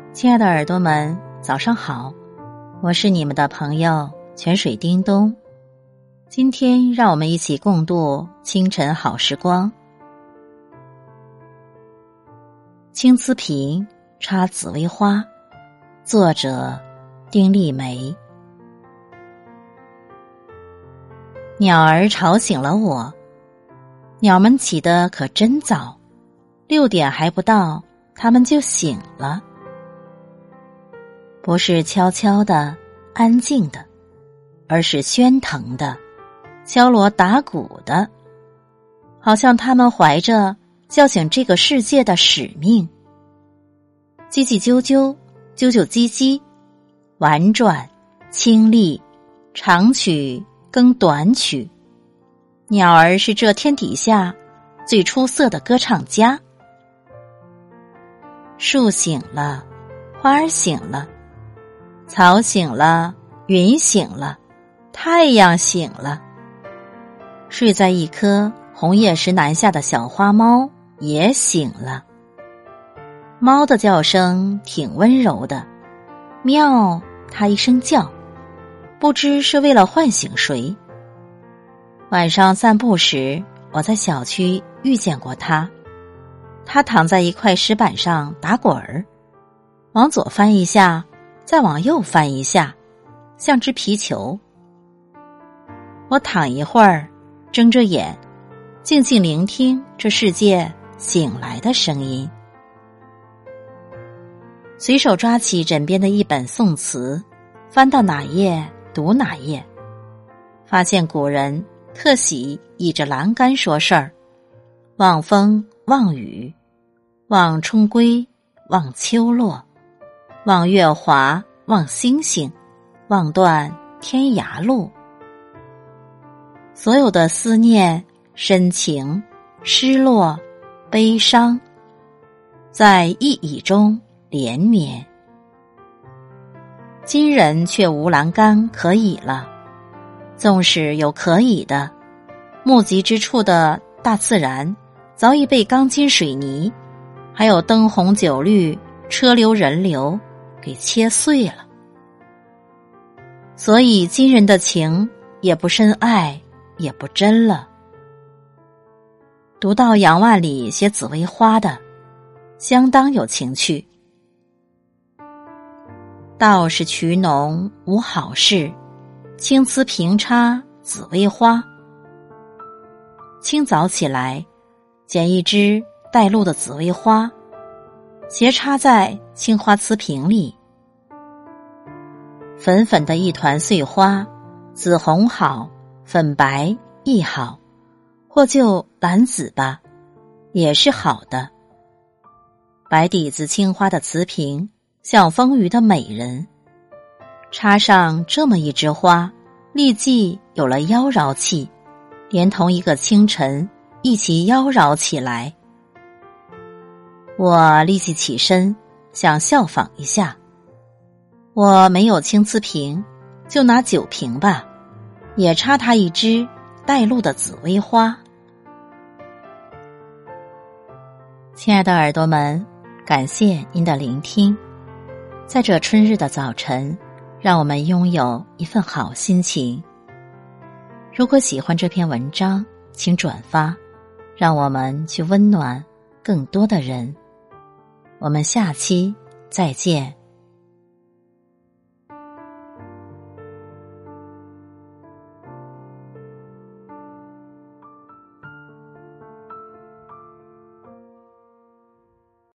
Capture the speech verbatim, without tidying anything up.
亲爱的耳朵们，早上好，我是你们的朋友泉水叮咚。今天让我们一起共度清晨好时光。青瓷瓶插紫薇花，作者丁丽梅。鸟儿吵醒了我，鸟们起得可真早，六点还不到，它们就醒了。不是悄悄的、安静的，而是喧腾的、敲锣打鼓的，好像他们怀着叫醒这个世界的使命。叽叽啾啾，啾啾唧唧，婉转、清丽，长曲更短曲。鸟儿是这天底下最出色的歌唱家。树醒了，花儿醒了，草醒了，云醒了，太阳醒了。睡在一棵红叶石南下的小花猫也醒了。猫的叫声挺温柔的，喵，它一声叫，不知是为了唤醒谁。晚上散步时，我在小区遇见过它。它躺在一块石板上打滚儿，往左翻一下，再往右翻一下，像只皮球。我躺一会儿，睁着眼，静静聆听这世界醒来的声音。随手抓起枕边的一本宋词，翻到哪页读哪页，发现古人特喜倚着栏杆说事儿，望风望雨，望春归，望秋落，望月华，望星星，望断天涯路。所有的思念、深情、失落、悲伤，在一倚中连绵。今人却无栏杆可倚了，纵使有可倚的，目及之处的大自然早已被钢筋水泥还有灯红酒绿、车流人流给切碎了。所以今人的情也不深爱，也不真了。读到杨万里写紫薇花的，相当有情趣。道是渠农无好事，青瓷瓶插紫薇花。清早起来，捡一枝带露的紫薇花，斜插在青花瓷瓶里。粉粉的一团碎花，紫红好，粉白亦好，或就蓝紫吧，也是好的。白底子青花的瓷瓶，像丰腴的美人，插上这么一枝花，立即有了妖娆气，连同一个清晨一起妖娆起来。我立即起身，想效仿一下。我没有青瓷瓶，就拿酒瓶吧，也插它一枝带露的紫薇花。亲爱的耳朵们，感谢您的聆听。在这春日的早晨，让我们拥有一份好心情。如果喜欢这篇文章，请转发，让我们去温暖更多的人。我们下期再见。